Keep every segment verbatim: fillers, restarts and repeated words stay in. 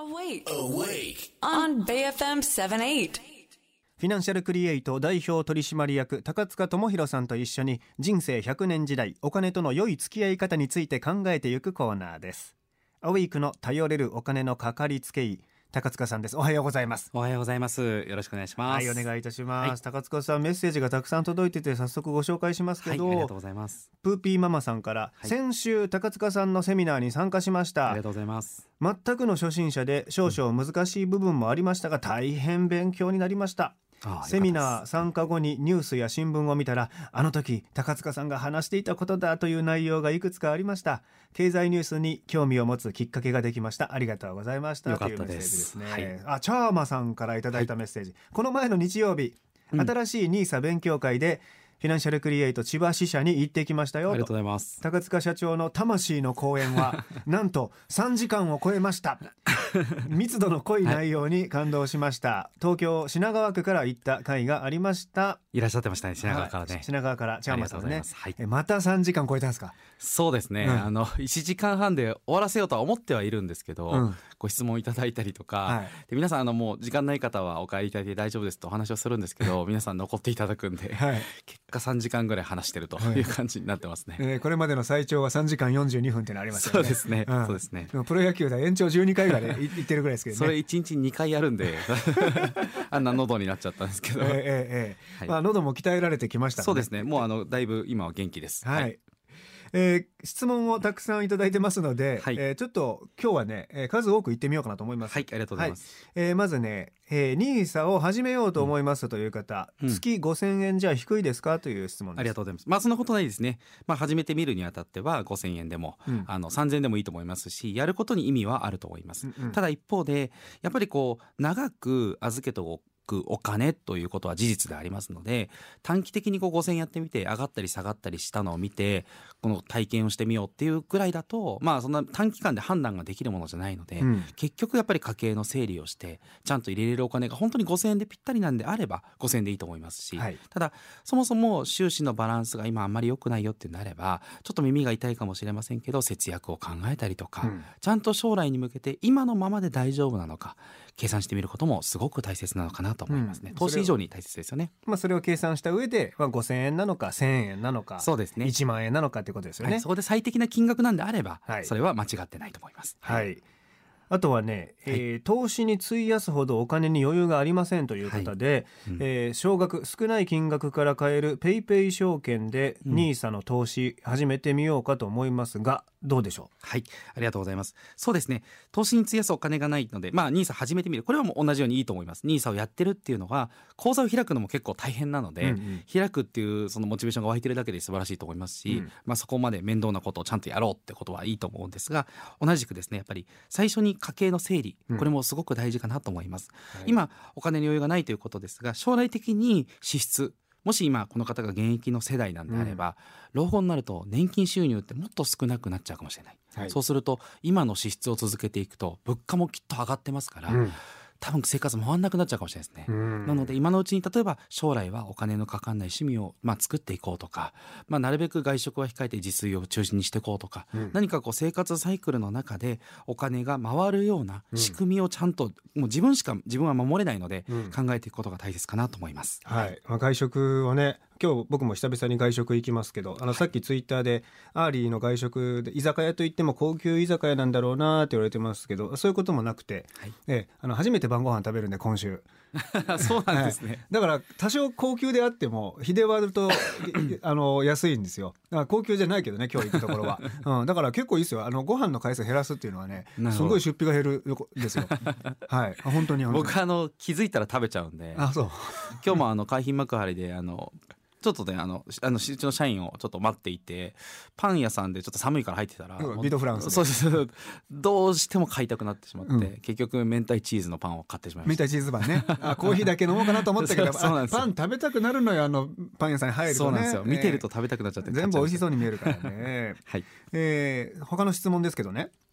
Awake. Awake. On ベイエフエム セブンティーエイト。 フィナンシャルクリエイト代表取締役高塚智博さんと一緒に人生ひゃくねん時代お金との良い付き合い方について考えていくコーナーです。アウェイクの頼れるお金のかかりつけ医高塚さんです。おはようございます。 おはようございます。よろしくお願いします。 はい、お願いいたします、 はい、 高塚さんメッセージがたくさん届いてて早速ご紹介しますけど、 はい、ありがとうございます。 プーピーママさんから、はい、先週高塚さんのセミナーに参加しました。 ありがとうございます。 全くの初心者で少々難しい部分もありましたが、大変勉強になりました。セミナー参加後にニュースや新聞を見たら、あの時高塚さんが話していたことだという内容がいくつかありました。経済ニュースに興味を持つきっかけができました。ありがとうございました。 よかったです。 というメッセージですね、 はい、 あチャーマさんからいただいたメッセージ、はい、この前の日曜日、うん、新しい ニーサ 勉強会でフィナンシャルクリエイト千葉支社に行ってきましたよ。 ありがとうございます。 高塚社長の魂の講演はなんとさんじかんを超えました密度の濃い内容に感動しました、はい、東京品川区から行った会がありました。 いらっしゃってましたね、品川からね、はい、 品川からチャーマさんね、 はい、 えまたさんじかん超えたんですか。 そうですね、うん、あのいちじかんはんで終わらせようとは思ってはいるんですけど、うん、ご質問いただいたりとか、はい、で皆さんあのもう時間ない方はお帰りいただいて大丈夫ですとお話をするんですけど皆さん残っていただくんで、はい、結果さんじかんぐらい話してるという感じになってますね、はい、 えー、これまでの最長はさんじかんよんじゅうにふんってのありますよね。 そうですね、うん、そうですね。 でもプロ野球で延長じゅうにかいぐらいで行ってるぐらいですけどね。 それいちにちにかいやるんであんな喉になっちゃったんですけど、えーえーえーはい、まあ、喉も鍛えられてきましたね。 そうですね、もうあのだいぶ今は元気です。 はい、はい、えー、質問をたくさんいただいてますので、はい、えー、ちょっと今日はね、えー、数多く言ってみようかなと思います。 はい、ありがとうございます。 はい、えー、まずね、えー、ニーサ を始めようと思いますという方、うん、月ごせんえんじゃ低いですかという質問です。 ありがとうございます。まあそんなことないですね。まあ始めてみるにあたってはごせんえんでも、うん、あのさんぜんえんでもいいと思いますし、やることに意味はあると思います、うんうん、ただ一方でやっぱりこう長く預けておくお金ということは事実でありますので、短期的にこうごせんえんやってみて上がったり下がったりしたのを見てこの体験をしてみようっていうくらいだと、まあそんな短期間で判断ができるものじゃないので、うん、結局やっぱり家計の整理をしてちゃんと入れれるお金が本当にごせんえんでぴったりなんであればごせんえんでいいと思いますし、はい、ただそもそも収支のバランスが今あんまり良くないよってなればちょっと耳が痛いかもしれませんけど節約を考えたりとか、うん、ちゃんと将来に向けて今のままで大丈夫なのか計算してみることもすごく大切なのかなと思いますね、うん、投資以上に大切ですよね。 まあ、それを計算した上で、まあ、ごせんえんなのかせんえんなのか、 そうですね、 いちまんえんなのかっていうことですよね、 はい、そこで最適な金額なんであれば、はい、それは間違ってないと思います。 はい、あとはね、えーはい、投資に費やすほどお金に余裕がありませんという方で、はい、うん、えー、少額少ない金額から買えるペイペイ証券で ニーサ の投資始めてみようかと思いますが、どうでしょう。 はい、ありがとうございます。そうですね、投資に費やすお金がないので、まあ ニーサ 始めてみる、これはもう同じようにいいと思います。ニーサ をやってるっていうのは口座を開くのも結構大変なので、うんうん、開くっていうそのモチベーションが湧いてるだけで素晴らしいと思いますし、うん、まあそこまで面倒なことをちゃんとやろうってことはいいと思うんですが、同じくですね、やっぱり最初に家計の整理、これもすごく大事かなと思います、うん、はい、今お金に余裕がないということですが、将来的に支出、もし今この方が現役の世代なんであれば、うん、老後になると年金収入ってもっと少なくなっちゃうかもしれない、はい、そうすると今の支出を続けていくと物価もきっと上がってますから、うん、多分生活回んなくなっちゃうかもしれないですね、うん、なので今のうちに例えば将来はお金のかかんない趣味をまあ作っていこうとか、まあ、なるべく外食は控えて自炊を中心にしていこうとか、うん、何かこう生活サイクルの中でお金が回るような仕組みをちゃんと、うん、もう自分しか自分は守れないので考えていくことが大切かなと思います、 うん、はい、まあ、外食をね、今日僕も久々に外食行きますけど、あのさっきツイッターでアーリーの外食で居酒屋といっても高級居酒屋なんだろうなって言われてますけど、そういうこともなくて、はい、えあの初めて晩ご飯食べるんで今週そうなんですね、はい、 だから多少高級であっても秀割るとあの安いんですよ。だから高級じゃないけどね今日行くところは、うん、だから結構いいですよ。あのご飯の回数減らすっていうのはね、すごい出費が減るんですよはい、本当に本当に僕あの気づいたら食べちゃうんで、 あ、そう今日もあの海浜幕張であのちょっとね、あの、あの、うちの社員をちょっと待っていて、パン屋さんでちょっと寒いから入ってたら、 うん、ビドフランス、ね、 そうです。どうしても買いたくなってしまって、うん、結局、明太チーズのパンを買ってしまいました。 明太チーズパンね。あ、コーヒーだけ飲もうかなと思ったけど、 そうなんですよ。 パン食べたくなるのよ、あの、パン屋さんに入るとね。 そうなんですよ。見てると食べたくなっちゃって。 全部美味しそうに見えるからね。 はい。 えー、他の質問ですけどね。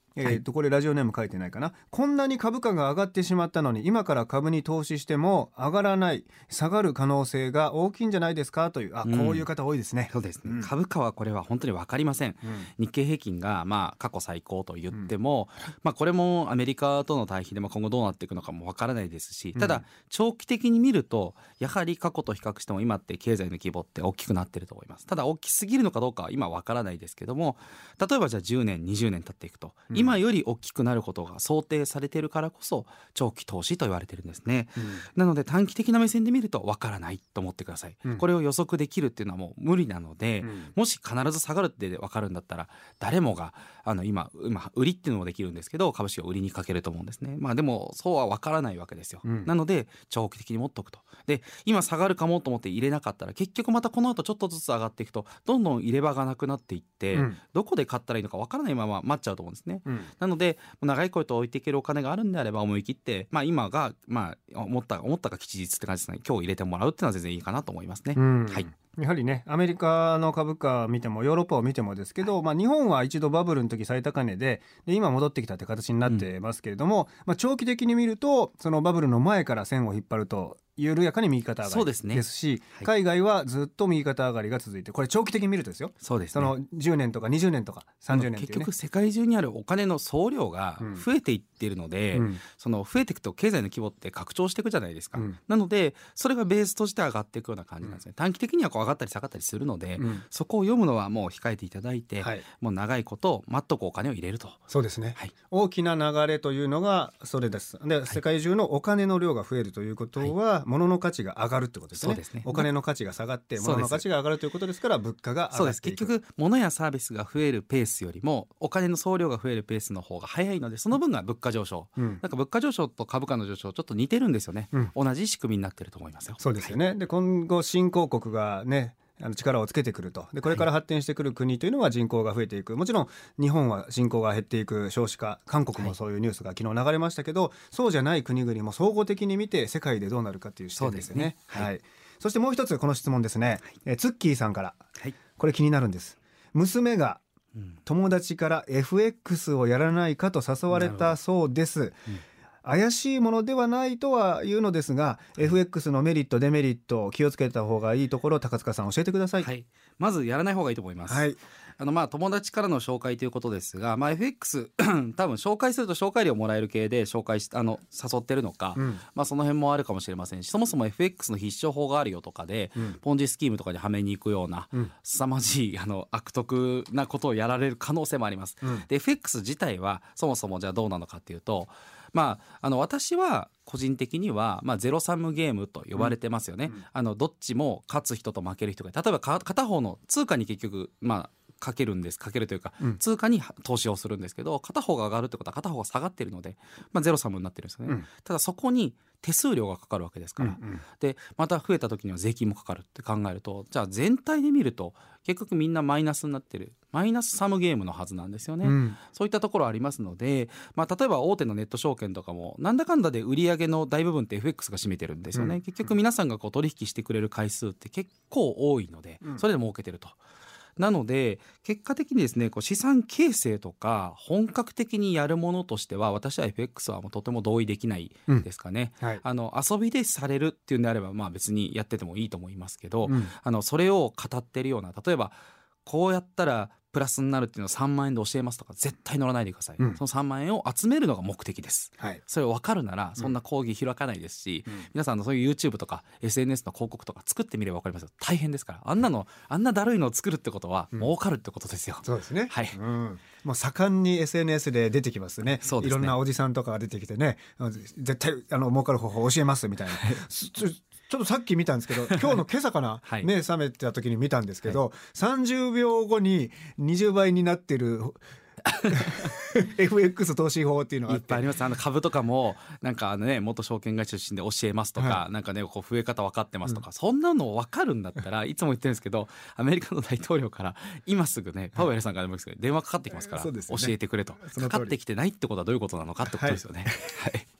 えー、とこれラジオネーム書いてないかな。こんなに株価が上がってしまったのに今から株に投資しても上がらない下がる可能性が大きいんじゃないですかという、あ、こういう方多いですね、 うん、そうですね、 うん、 株価はこれは本当に分かりません、うん、日経平均がまあ過去最高と言っても、うん、まあ、これもアメリカとの対比で今後どうなっていくのかも分からないですし、ただ長期的に見るとやはり過去と比較しても今って経済の規模って大きくなってると思います。ただ大きすぎるのかどうかは今分からないですけども、例えばじゃあじゅうねんにじゅうねん経っていくと、うん、今より大きくなることが想定されているからこそ長期投資と言われてるんですね、うん、なので短期的な目線で見ると分からないと思ってください、うん、これを予測できるっていうのはもう無理なので、うん、もし必ず下がるって分かるんだったら誰もがあの 今, 今売りっていうのもできるんですけど株式を売りにかけると思うんですね。まあでもそうは分からないわけですよ、うん、なので長期的に持っとくと。で今下がるかもと思って入れなかったら結局またこの後ちょっとずつ上がっていくとどんどん入れ場がなくなっていって、うん、どこで買ったらいいのか分からないまま待っちゃうと思うんですね、うん、なので長い声と置いていけるお金があるんであれば思い切って、まあ、今が、まあ、思った思ったが吉日って感じですね。今日入れてもらうっていうのは全然いいかなと思いますね、うん、はい。 やはりねアメリカの株価見てもヨーロッパを見てもですけど、はい、まあ、日本は一度バブルの時最高値 で, で今戻ってきたって形になってますけれども、うん、まあ、長期的に見るとそのバブルの前から線を引っ張ると緩やかに右肩上がりですし、 そうですね、はい、 海外はずっと右肩上がりが続いて、これ長期的に見るとですよ。 そうですね、 そのじゅうねんとかにじゅうねんとかさんじゅうねんっていうね、 結局世界中にあるお金の総量が増えていっているので、うん、その増えていくと経済の規模って拡張していくじゃないですか、うん、なのでそれがベースとして上がっていくような感じなんですね、うん、短期的にはこう上がったり下がったりするので、うん、そこを読むのはもう控えていただいて、はい、もう長いこと待っとくお金を入れると。 そうですね、 はい、 大きな流れというのがそれです。で、はい、世界中のお金の量が増えるということは、はい、物の価値が上がるってことですね。 そうですね、 お金の価値が下がって物の価値が上がるということですから物価が上がっていく。 そうです。結局物やサービスが増えるペースよりもお金の総量が増えるペースの方が早いので、その分が物価上昇、うん、なんか物価上昇と株価の上昇ちょっと似てるんですよね、うん、同じ仕組みになってると思いますよ。 そうですよね、はい、で今後新興国がねあの力をつけてくると。でこれから発展してくる国というのは人口が増えていく、もちろん日本は人口が減っていく、少子化、韓国もそういうニュースが昨日流れましたけど、はい、そうじゃない国々も総合的に見て世界でどうなるかっていう視点ですよね。そ, ね、はいはい、そしてもう一つこの質問ですね、はい、えツッキーさんから、はい、これ気になるんです。娘が友達から エフエックス をやらないかと誘われたそうです、うん、怪しいものではないとは言うのですが、うん、エフエックス のメリットデメリット気をつけた方がいいところを高塚さん教えてください。 はい、まずやらない方がいいと思います、はい、あのまあ友達からの紹介ということですが、まあ、エフエックス 多分紹介すると紹介料もらえる系で紹介しあの誘ってるのか、うん、まあ、その辺もあるかもしれませんし、そもそも エフエックス の必勝法があるよとかで、うん、ポンジスキームとかにはめに行くような、うん、凄まじいあの悪徳なことをやられる可能性もあります、うん、で エフエックス 自体はそもそもじゃあどうなのかっていうと、まあ、あの私は個人的には、まあ、ゼロサムゲームと呼ばれてますよね、うん、あのどっちも勝つ人と負ける人が、例えば片方の通貨に結局まあかけるんですかけるというか、うん、通貨に投資をするんですけど、片方が上がるってことは片方が下がってるので、まあ、ゼロサムになってるんですよね、うん、ただそこに手数料がかかるわけですから、うんうん、でまた増えた時には税金もかかるって考えると、じゃあ全体で見ると結局みんなマイナスになってる、マイナスサムゲームのはずなんですよね、うん、そういったところありますので、まあ、例えば大手のネット証券とかもなんだかんだで売上の大部分って エフエックス が占めてるんですよね、うん、結局皆さんがこう取引してくれる回数って結構多いので、それで儲けてると。なので結果的にですね、こう資産形成とか本格的にやるものとしては私は エフエックス はもうとても同意できないですかね、うんはい、あの遊びでされるっていうんであればまあ別にやっててもいいと思いますけど、うん、あのそれを語ってるような、例えばこうやったらプラスになるっていうのをさんまんえんで教えますとか絶対乗らないでください、うん、そのさんまんえんを集めるのが目的です、はい、それ分かるならそんな講義開かないですし、うん、皆さんのそういう YouTube とか エスエヌエス の広告とか作ってみれば分かりますよ。大変ですから、あんなのあんなだるいのを作るってことは儲かるってことですよ、うん、 そうですね、 はい、うん、 もう盛んに エスエヌエス で出てきますね。そうですね、いろんなおじさんとかが出てきてね、絶対あの儲かる方法を教えますみたいなちょっとさっき見たんですけど今日の今朝かな、はい、目覚めた時に見たんですけど、はい、さんじゅうびょうごににじゅうばいになってるエフエックス 投資法っていうのがあって、 いっぱいあります。あの株とかもなんかあの、ね、元証券会社出身で教えますとか、はい、なんかねこう増え方分かってますとか、うん、そんなの分かるんだったらいつも言ってるんですけどアメリカの大統領から今すぐねパウエルさんからでもいいですけど電話かかってきますから、はい、教えてくれと、かかってきてないってことはどういうことなのかってことですよね、はいはい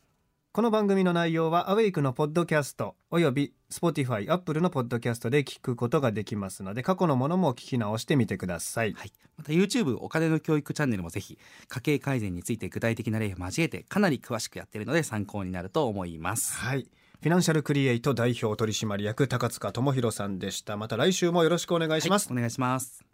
この番組の内容はアウェイクのポッドキャストおよび Spotify、Apple のポッドキャストで聞くことができますので、過去のものも聞き直してみてください、 はい、また YouTube お金の教育チャンネルもぜひ家計改善について具体的な例を交えてかなり詳しくやっているので参考になると思います。 はい、フィナンシャルクリエイト代表取締役高塚智博さんでした。また来週もよろしくお願いします、 はい、お願いします。